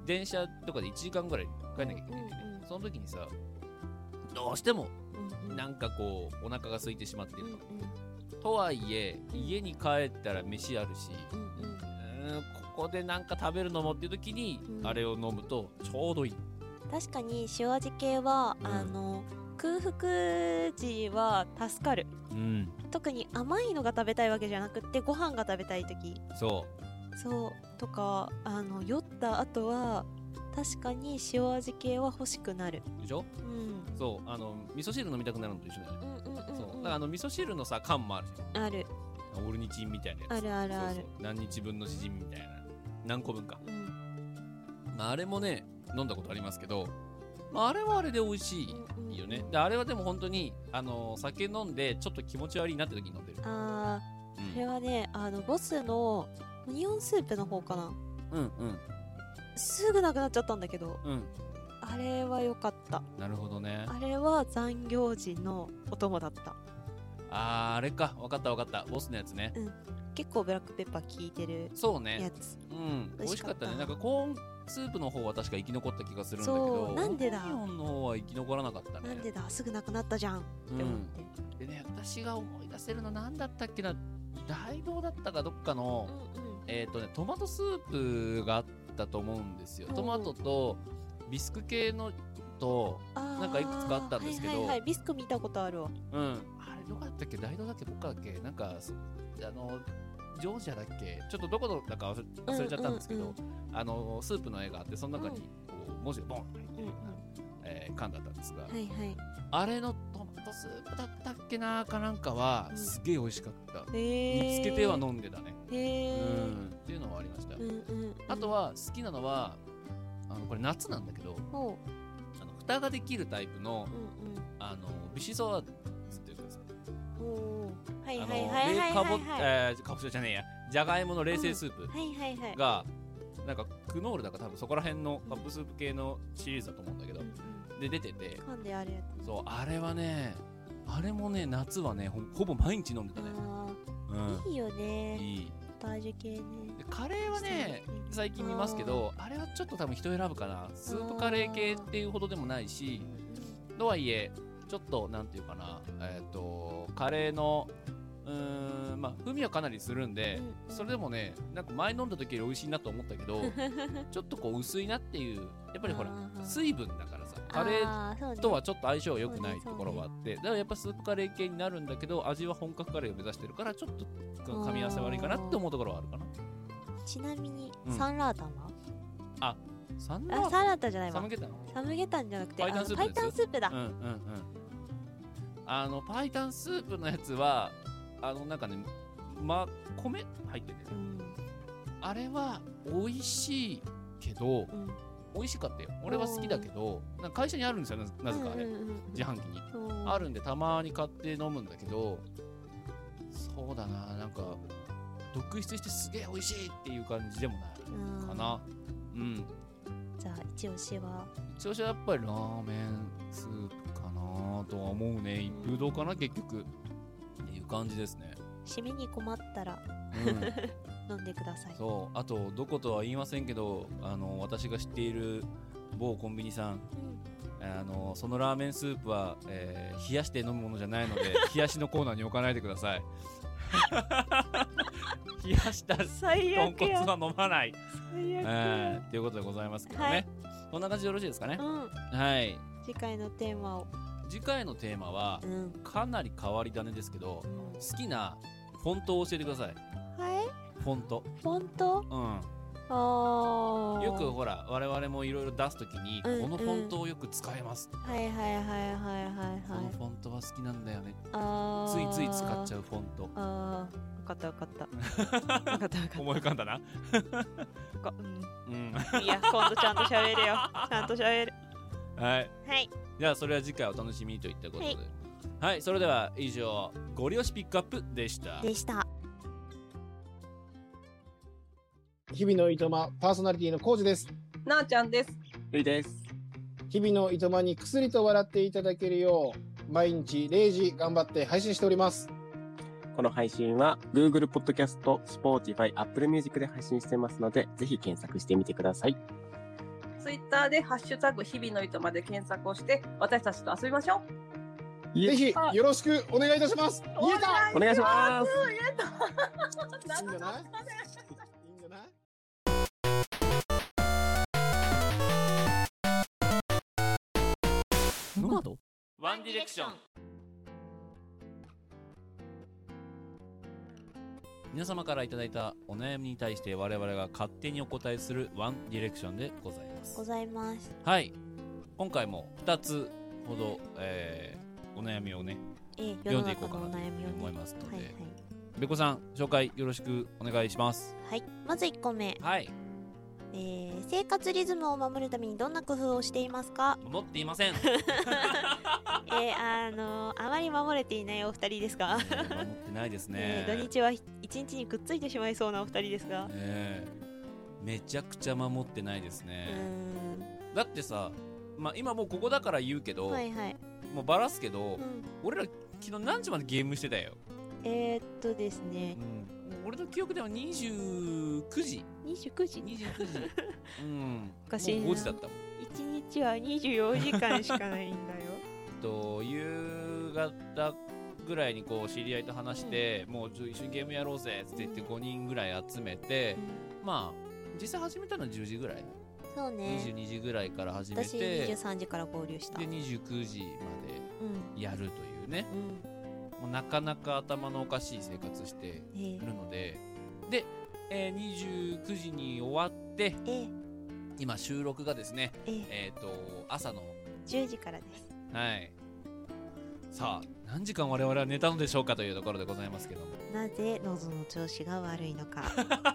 電車とかでいちじかんぐらい帰んなきゃいけないんでね、うんうん、その時にさどうしてもなんかこうお腹が空いてしまっていると、うんうん、とはいえ家に帰ったら飯あるし、うんうん、うーんここでなんか食べるのもっていう時に、うん、あれを飲むとちょうどいい。 確かに塩味系は、うん、あの空腹時は助かる、うん、特に甘いのが食べたいわけじゃなくってご飯が食べたい時そうそうとかあの酔った後は確かに塩味系は欲しくなるでしょ、うん、そうあの味噌汁飲みたくなるのと一緒だよね、うんうんうんうん、そうだからあの味噌汁のさ缶もあるじゃん。 あるオルニチンみたいなやつ。 あるあるある。 そうそう何日分のしじみみたいな何個分か、うんまあ、あれもね飲んだことありますけど、まあ、あれはあれで美味しいよね、うんうん、であれはでも本当にあの酒飲んでちょっと気持ち悪いなって時に飲んでる。 ああ、うん、それはねあのボスのオニオンスープの方かな。 うんうんすぐなくなっちゃったんだけど、 うん、 あれは良かった。 なるほどね。 あれは残業時のお供だった。 あーあれか分かった分かったボスのやつね、 うん、結構ブラックペッパー効いてるやつ。 そうねうん美味しかったね。なんかコーンスープの方は確か生き残った気がするんだけど、 そうなんでだオニオンの方は生き残らなかったね。 なんでだすぐなくなったじゃんって思って、 うん、でね私が思い出せるのなんだったっけな、大道だったかどっかの、うんうん、えっ、ー、とねトマトスープがあったと思うんですよ。トマトとビスク系のとなんかいくつかあったんですけど、 はいはいはい、ビスク見たことあるわ。 うん、あれどこだったっけ、大道だっけどっかだっけ、なんかあのジョージアだっけ、ちょっとどこだか忘れちゃったんですけど、うんうんうん、あのスープの絵があってその中にこう文字がボンって入ってるような、うんえー、缶だったんですが、はいはい、あれのトマトスープだったっけなかなんかはすげえ美味しかった、うん、見つけては飲んでたね、へー、うん、っていうのはありました、うんうんうん、あとは好きなのはあのこれ夏なんだけど、あの蓋ができるタイプの、うんうん、あのビシソワーズっていうかさ、 はいはいはいはいはいかぼえーかぼちゃじゃねえやじゃがいもの冷製スープがなんかクノールだか多分そこら辺のカップスープ系のシリーズだと思うんだけど、うん、で出てて噛んであるやつ、 そうあれはねあれもね夏はね ほ, ほぼ毎日飲んでたね、 うん、いいよねいいポタージュ系ね。 でカレーはね最近見ますけど あ, あれはちょっと多分人選ぶかな。スープカレー系っていうほどでもないしとはいえちょっとなんていうかなえっ、ー、とカレーのうーんまあ風味はかなりするんで、うん、それでもねなんか前飲んだ時より美味しいなと思ったけどちょっとこう薄いなっていうやっぱりほら水分だからさカレーとはちょっと相性良くないところがあって、だからやっぱスープカレー系になるんだけど味は本格カレーを目指してるからちょっと噛み合わせ悪いかなって思うところはあるかな。 ちなみに、うん、サンラータンはあサンラータンあサンラータンじゃないわサムゲタンサムゲタンじゃなくてパイタンスープパイタンスープだ。 うんうんうんあのパイタンスープのやつはあのなんかねま米入ってて、ねうん、あれは美味しいけど、うん、美味しかったよ。俺は好きだけどなんか会社にあるんですよ な, なぜかあれ、うんうんうん、自販機にあるんでたまに買って飲むんだけど、そうだななんか独筆してすげえ美味しいっていう感じでもないかな。うん、うん、 じゃあ一押しは一押しはやっぱりラーメンスープかなとは思うね。一風堂かな結局っていう感じですね。 締めに困ったら、うん、飲んでください。 そうあとどことは言いませんけどあの私が知っている某コンビニさん、うん、あのそのラーメンスープは、えー、冷やして飲むものじゃないので冷やしのコーナーに置かないでください冷やした豚骨は飲まない最悪、 えー、っていうことでございますけどね、はい、こんな感じでよろしいですかね、うん、はい次回のテーマを次回のテーマは、うん、かなり変わり種ですけど、うん、好きなフォントを教えてください。 はいフォントフォントうんあよくほら我々もいろいろ出すときに、うんうん、このフォントをよく使います、 はいはいはいはいはいはいこのフォントは好きなんだよねあついつい使っちゃうフォント。 あ分かった分かった分かった分かった思い浮かんだなうん、うん、いや今度ちゃんと喋るよちゃんと喋るはいはいじゃあそれは次回お楽しみといったことで、はい、はい、それでは以上ゴリ押しピックアップでしたでした日々のいとまパーソナリティのコウジです。 なあちゃんです。 ゆいです。 日々のいとまにくすりと笑っていただけるよう毎日れいじ頑張って配信しております。 この配信は Google Podcast、Spotify、Apple Music で配信してますのでぜひ検索してみてください。 ツイッターでハッシュタグ日々の糸まで検索をして私たちと遊びましょう。ぜひよろしくお願いいたします。言えた。 お願いします。 言えた。いいんじゃない？いいんじゃない？ ノマド？ ワンディレクション。皆様からいただいたお悩みに対して我々が勝手にお答えするワンディレクションでございます。 ございます。 はい。今回もふたつほど、えー、お悩みをね、 ええ、 読んでいこうかなと思いますので、はいはい、べこさん紹介よろしくお願いします。 はい。まずいっこめ。 はい。 えー、生活リズムを守るためにどんな工夫をしていますか？ 守っていません。 えー、あのー、あまり守れていないお二人ですが、 えー、守ってないですね、 えー、土日は一日にくっついてしまいそうなお二人ですが、 えー、めちゃくちゃ守ってないですね。だってさ、まあ、今もうここだから言うけど、 はいはい、 もうバラすけど、 うん、 俺ら昨日何時までゲームしてたよ。 えー、っとですね、 うん、俺の記憶ではにじゅうくじにじゅうくじにじゅうくじうんおかしいな。 もうごじだったもん。 いちにちはにじゅうよじかんしかないんだよ。 と夕方ぐらいにこう知り合いと話して、うん、もう一緒にゲームやろうぜって言ってごにんぐらい集めて、うん、まあ実際始めたのはじゅうじぐらい。 そうね、 にじゅうにじぐらいから始めて、 私にじゅうさんじから合流した。 でにじゅうくじまでやるというね、うん、もうなかなか頭のおかしい生活しているので、えー、で、えー、にじゅうくじに終わって、 えー、 今収録がですね、 えーえー、と朝のじゅうじからです。 はい。さあ何時間我々は寝たのでしょうかというところでございますけども、 なぜ喉の調子が悪いのか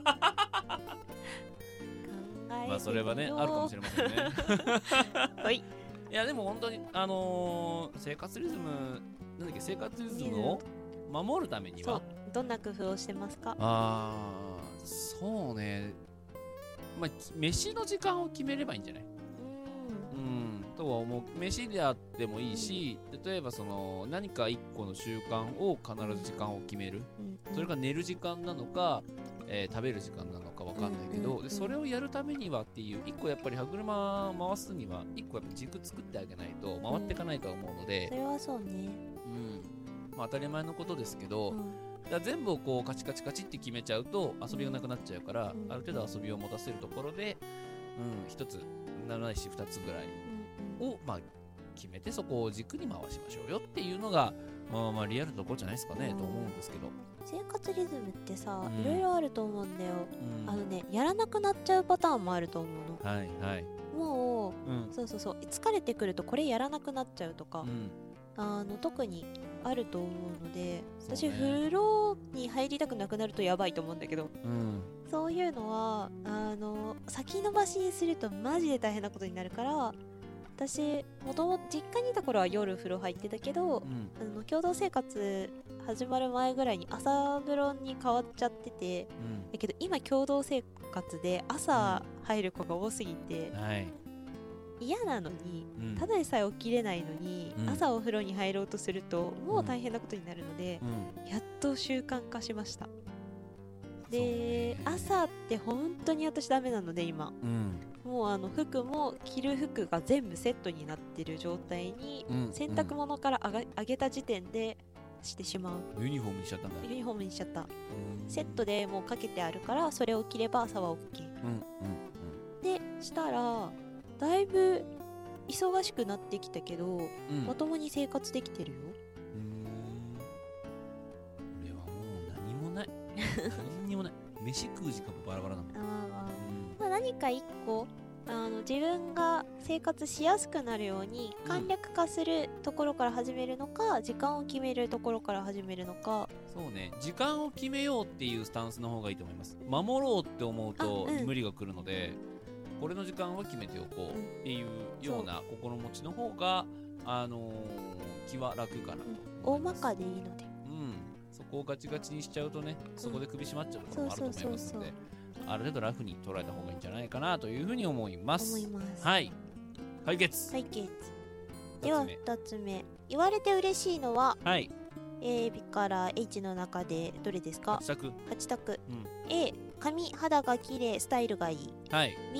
まあそれはねあるかもしれませんね。 はい。 いやでも本当にあのー、生活リズムなんだっけ生活リズムを守るためにはどんな工夫をしてますか？ ああそうね、まあ飯の時間を決めればいいんじゃない？うん、うんとは思う。飯であってもいいし、例えばその何か一個の習慣を必ず時間を決める、うん、それが寝る時間なのか、えー、食べる時間なのか分かんないけど、うんうんうん、でそれをやるためにはっていう一個やっぱり歯車回すには一個やっぱ軸作ってあげないと回っていかないと思うので、うん、 それはそうね、 うんまあ、当たり前のことですけど、うん、だから全部をこうカチカチカチって決めちゃうと遊びがなくなっちゃうから、うん、ある程度遊びを持たせるところで、うん、一つないし二つぐらいを、まあ、決めてそこを軸に回しましょうよっていうのが、まあ、まあリアルなところじゃないですかね、うん、と思うんですけど、 生活リズムってさ、うん、いろいろあると思うんだよ、うん、あのねやらなくなっちゃうパターンもあると思うの。 はいはい。 もう、うん、そうそうそう疲れてくるとこれやらなくなっちゃうとか、うん、あの特にあると思うので、私、ね、風呂に入りたくなくなるとやばいと思うんだけど、うん、そういうのはあの先延ばしにするとマジで大変なことになるから、私もともと実家にいた頃は夜風呂入ってたけど、うん、あの共同生活始まる前ぐらいに朝風呂に変わっちゃってて、うん、だけど今共同生活で朝入る子が多すぎて、うんはい、嫌なのに、うん、ただでさえ起きれないのに、うん、朝お風呂に入ろうとするともう大変なことになるので、うん、やっと習慣化しました。で、朝って本当に私ダメなので今、うん、もうあの服も着る服が全部セットになってる状態に、うん、洗濯物からあが上げた時点でしてしまう。 ユニフォームにしちゃったんだ。 ユニフォームにしちゃった。セットでもうかけてあるからそれを着れば朝は OK、うんうんうん、でしたらだいぶ忙しくなってきたけど、うん、まともに生活できてるよ。 うーん俺はもう何もない何にもない。飯食う時間もバラバラなの。あ、 うんまあ、何か一個あの自分が生活しやすくなるように簡略化するところから始めるのか、うん、時間を決めるところから始めるのか。 そうね、時間を決めようっていうスタンスの方がいいと思います。守ろうって思うと無理が来るので、うん、これの時間は決めておこうっていうような心持ちの方が、あのー、気は楽かなと、 うん、大まかでいいので、 うん、そこをガチガチにしちゃうとね、そこで首絞まっちゃうところもあると思いますので、ある程度ラフに捉えた方がいいんじゃないかなというふうに思います。 思います。 はい。解決。 解決。ではふたつめ、言われて嬉しいのは、 はい、 A から H の中でどれですか？ はち択。 はち択。うん、A、髪肌が綺麗、スタイルがいい。 はい。 B、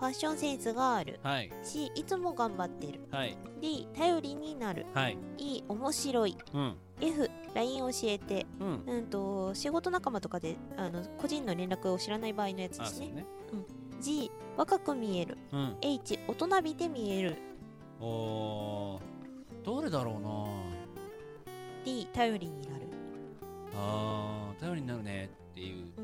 ファッションセンスがある、 はい、 C いつも頑張ってる、 はい、 D 頼りになる、 はい、 E 面白い、 うん、 F ライン 教えて、 うん、 うんと仕事仲間とかであの個人の連絡を知らない場合のやつですね。 ね、 うん、G 若く見える、 うん、 H 大人びて見える。 おー、どれだろうな。 D 頼りになる。 あー、頼りになるねっていう、うん、う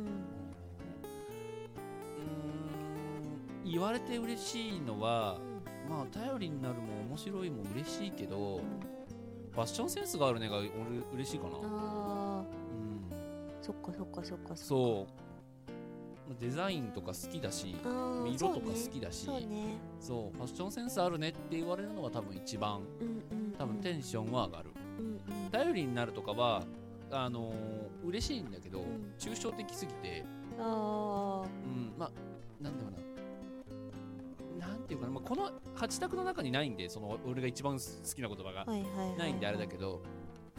ーん、言われて嬉しいのは、うん、まあ頼りになるも面白いも嬉しいけど、うん、ファッションセンスがあるねが俺嬉しいかな。 あー、うん、そっかそっかそっかそう。デザインとか好きだし、色とか好きだし、 そうね、 そう、ファッションセンスあるねって言われるのが多分一番、うんうんうん、多分テンションは上がる、うんうん、頼りになるとかはあのー、嬉しいんだけど、うん、抽象的すぎて、 あー、 うん、まあなんだろうな、なんていうかな、まあ、このはち択の中にないんで、その俺が一番好きな言葉がないんであれだけど、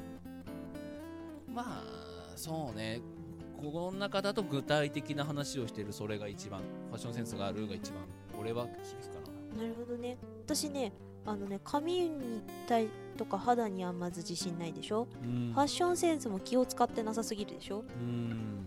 まあそうね、この中だと具体的な話をしてる、それが一番ファッションセンスがあるが一番俺は響くかな。なるほどね。私ね、あのね、髪に対とか肌にはまず自信ないでしょ、うん、ファッションセンスも気を使ってなさすぎるでしょ、うん、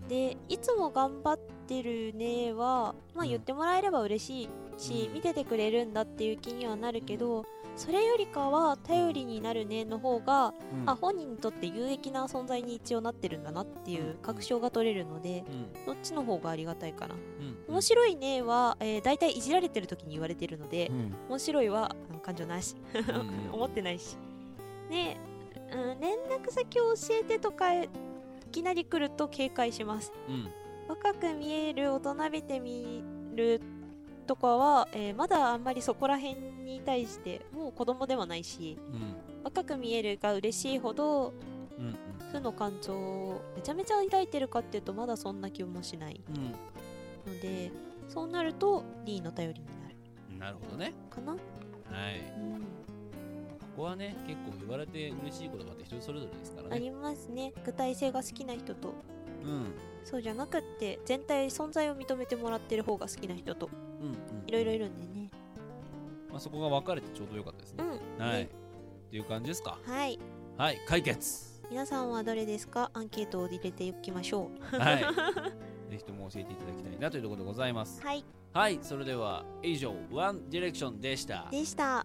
でいつも頑張ってるねは、まあ、言ってもらえれば嬉しいし、うん、見ててくれるんだっていう気にはなるけど、それよりかは頼りになるねの方が、うん、あ、本人にとって有益な存在に一応なってるんだなっていう確証が取れるので、うん、どっちの方がありがたいかな、うん、面白いねは、えー、だいたいいじられてる時に言われてるので、うん、面白いは感情なし思ってないしね、うん、連絡先を教えてとかいきなり来ると警戒します、うん、若く見える、大人びて見るとかは、えー、まだあんまりそこら辺に対してもう子供ではないし、うん、若く見えるが嬉しいほど、うんうん、負の感情をめちゃめちゃ抱いてるかっていうとまだそんな気もしない、うん、ので、そうなると D の頼りになる。 なるほどね。 かな。はい、 うん、ここはね、結構言われて嬉しい言葉って人それぞれですからね。 ありますね。具体性が好きな人と、 うん、 そうじゃなくって全体存在を認めてもらってる方が好きな人と、うんうん、いろいろいるんでね、 まあ、そこが分かれてちょうどよかったですね、うん、はい、ね、っていう感じですか。 はいはい、解決。 皆さんはどれですか？アンケートを入れていきましょう。 はいぜひとも教えていただきたいなというところでございます。 はい、 はい、それでは以上ワンディレクションでしたでした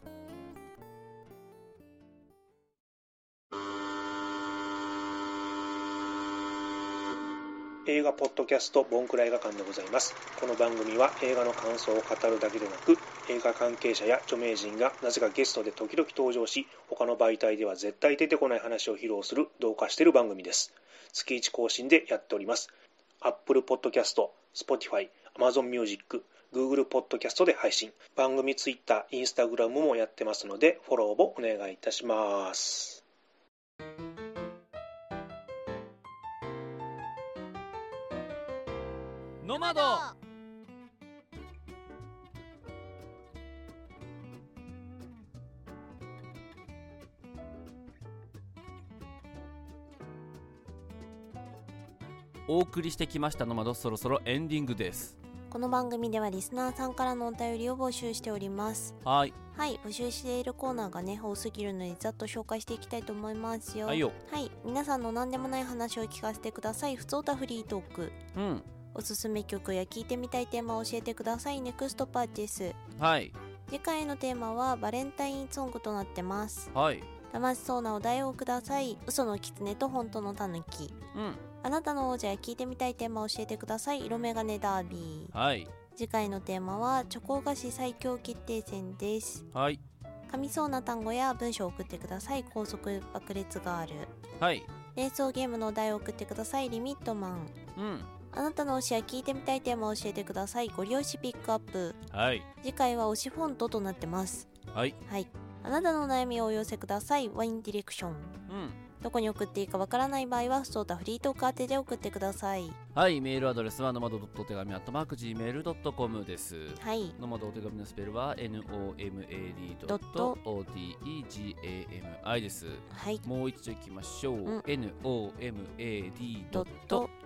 映画ポッドキャストボンクラ映画館でございます。この番組は映画の感想を語るだけでなく、映画関係者や著名人がなぜかゲストで時々登場し、他の媒体では絶対出てこない話を披露する同化している番組です。月いち更新でやっております。Apple Podcast、Spotify、Amazon Music、Google Podcast で配信。番組 Twitter、Instagram もやってますので、フォローをお願いいたします。 ノマド。お送りしてきましたノマド、そろそろエンディングです。 この番組ではリスナーさんからのお便りを募集しております。 はいはい募集しているコーナーがね多すぎるのでざっと紹介していきたいと思いますよ。 はいよ。 はい皆さんの何でもない話を聞かせてください。ふつおたフリートーク、 うん、 おすすめ曲や聞いてみたいテーマを教えてください。ネクストパーチェス。 はい。 次回のテーマはバレンタインソングとなってます。 はい。 楽しそうなお題をください。嘘の狐と本当のタヌキ。 うん。 あなたの王者や聞いてみたいテーマを教えてください。色眼鏡ダービー。はい。 次回のテーマはチョコ菓子最強決定戦です。 はい。 噛みそうな単語や文章を送ってください。高速爆裂ガール。 はい。 連想ゲームのお題を送ってください。リミットマン。 うん。 あなたの推しや聞いてみたいテーマを教えてください。ご利用しピックアップ。 はい。 次回は推しフォントとなってます。 はい。 はい。あなたの悩みをお寄せください。ワインディレクション。 うん。 どこに送っていいかわからない場合はソータフリートーク宛てで送ってください。 はい、メールアドレスはノマドお手紙アットマーク ジーメールドットコム です。 はい。 ノマドお手紙のスペルは ノマド オーティーガムアイ です。 はい。 もう一度いきましょう。うん、ノマド オーティーガ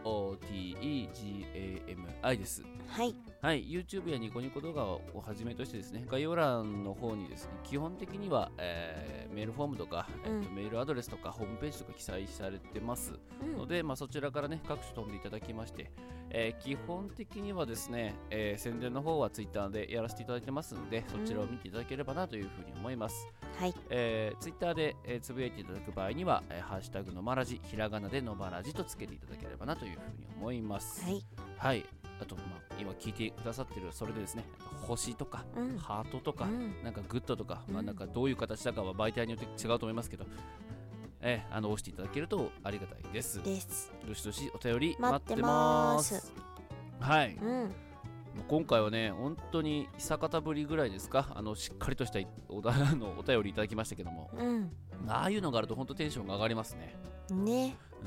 オーティーイージーエーエムアイ です。 はい、 はい、YouTube やニコニコ動画をはじめとしてですね、概要欄の方にですね、基本的には、えー、メールフォームとか、うん、えー、とメールアドレスとかホームページとか記載されてますので、うん、まあ、そちらからね各種飛んでいただきまして、えー、基本的にはですね、えー、宣伝の方は Twitter でやらせていただいてますので、そちらを見ていただければなというふうに思います。 はい、 えー、Twitter で、えー、つぶやいていただく場合には、えー、ハッシュタグのまらじ、ひらがなでのばらじとつけていただければなというふうに思います。 はい、 はい、あと、まあ、今聞いてくださってるそれでですね、星とか、うん、ハートとか、うん、なんかグッドとか、うん、まあ、なんかどういう形だかは媒体によって違うと思いますけど、えー、あの押していただけるとありがたいです。 です。 どしどしお便り待ってます。待ってます。はい、うん、今回はね本当に久方ぶりぐらいですか、あのしっかりとしたおだのお便りいただきましたけども、 うん、 ああいうのがあると本当テンションが上がりますね。 ね。 うん。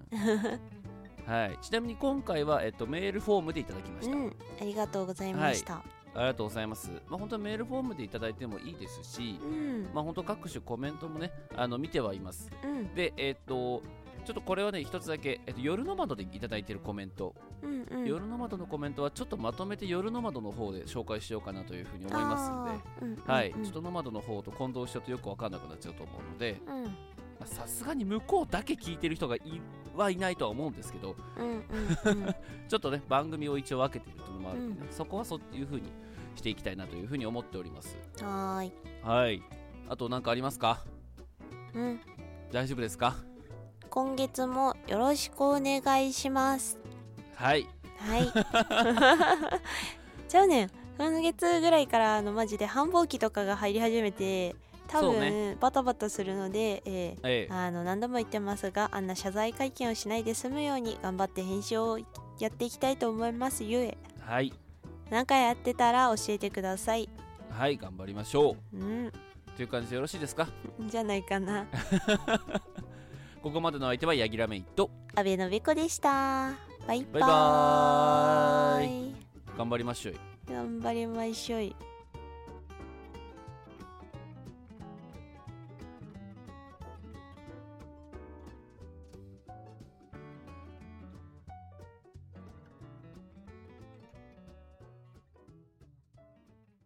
はい、ちなみに今回は、えっと、メールフォームでいただきました、 うん、ありがとうございました、 はい、ありがとうございます。まあ、本当メールフォームでいただいてもいいですし、 うん、 まあ、本当各種コメントもねあの見てはいます、 うん、 でえっとちょっとこれはね一つだけ、えっと、夜の窓でいただいているコメント、 うんうん、 夜の窓のコメントはちょっとまとめて夜の窓の方で紹介しようかなというふうに思いますので、 うんうんうん、 はい、ちょっとの窓の方と混同しちゃうとよく分かんなくなっちゃうと思うので、さすがに向こうだけ聞いてる人がいはいないとは思うんですけど、 うんうんうん、 ちょっとね番組を一応分けているというのもあるので、ね、うん、そこはそういうふうにしていきたいなというふうに思っております。 はーい。 はい。あと何かありますか？ うん。 大丈夫ですか？ 今月もよろしくお願いします。 はい。 はい。じゃあね、今月ぐらいからあのマジで繁忙期とかが入り始めて、多分、ね、バタバタするので、えーええ、あの何度も言ってますが、あんな謝罪会見をしないで済むように頑張って編集をやっていきたいと思いますゆえ。 はい。 なんかやってたら教えてください。 はい、頑張りましょう。うん。 という感じでよろしいですか？ じゃないかな。 ここまでの相手はヤギラメイと阿部のべこでした。バイバーイ。 バイバーイ。頑張りましょい。 頑張りましょい。